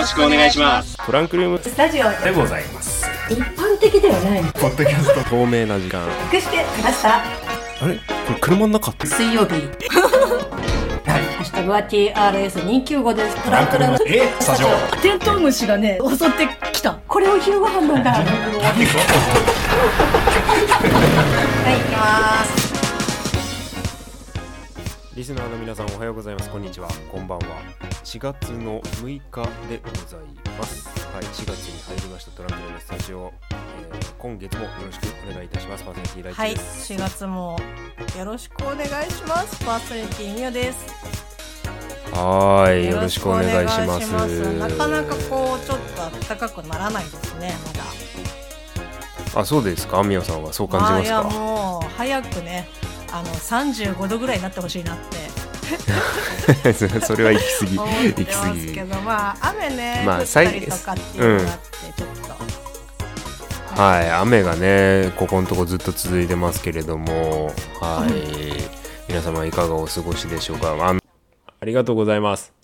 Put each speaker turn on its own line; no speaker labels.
ろしくお願いします。
トランクルーム
スタジオ
でございます。
一般的ではない
ポッドキャスト
透明な時間。
隠してきました。
あれこれ車の中って
水曜日ハッシュタグは TRS295 です。トランクルーム
スタジオ。
テントウムシがね襲ってきた。これを昼ご飯なんだ。はい、行きます。
リスナーの皆さんおはようございます。こんにちは、こんばんは。4月の6日でございます。はい、4月に入りましたトランクルームスタジオ、今月もよろしくお願いいたします。パーソナリティライチです。
はい、4月もよろしくお願いします。パーソナリティミュウです。
はい、よろしくお願いします。
なかなかこうちょっと暖かくならないですね、まだ。
あ、そうですか。ミオさんはそう感じますか。
いやもう早くね、35度ぐらいになってほしいなって
それは行き過ぎ
思ってますけど、まあ雨ね、降ったりとかっていうのがあってちょっと、
はい、雨がねここのとこずっと続いてますけれども、はい、皆様いかがお過ごしでしょうか。ありがとうございます。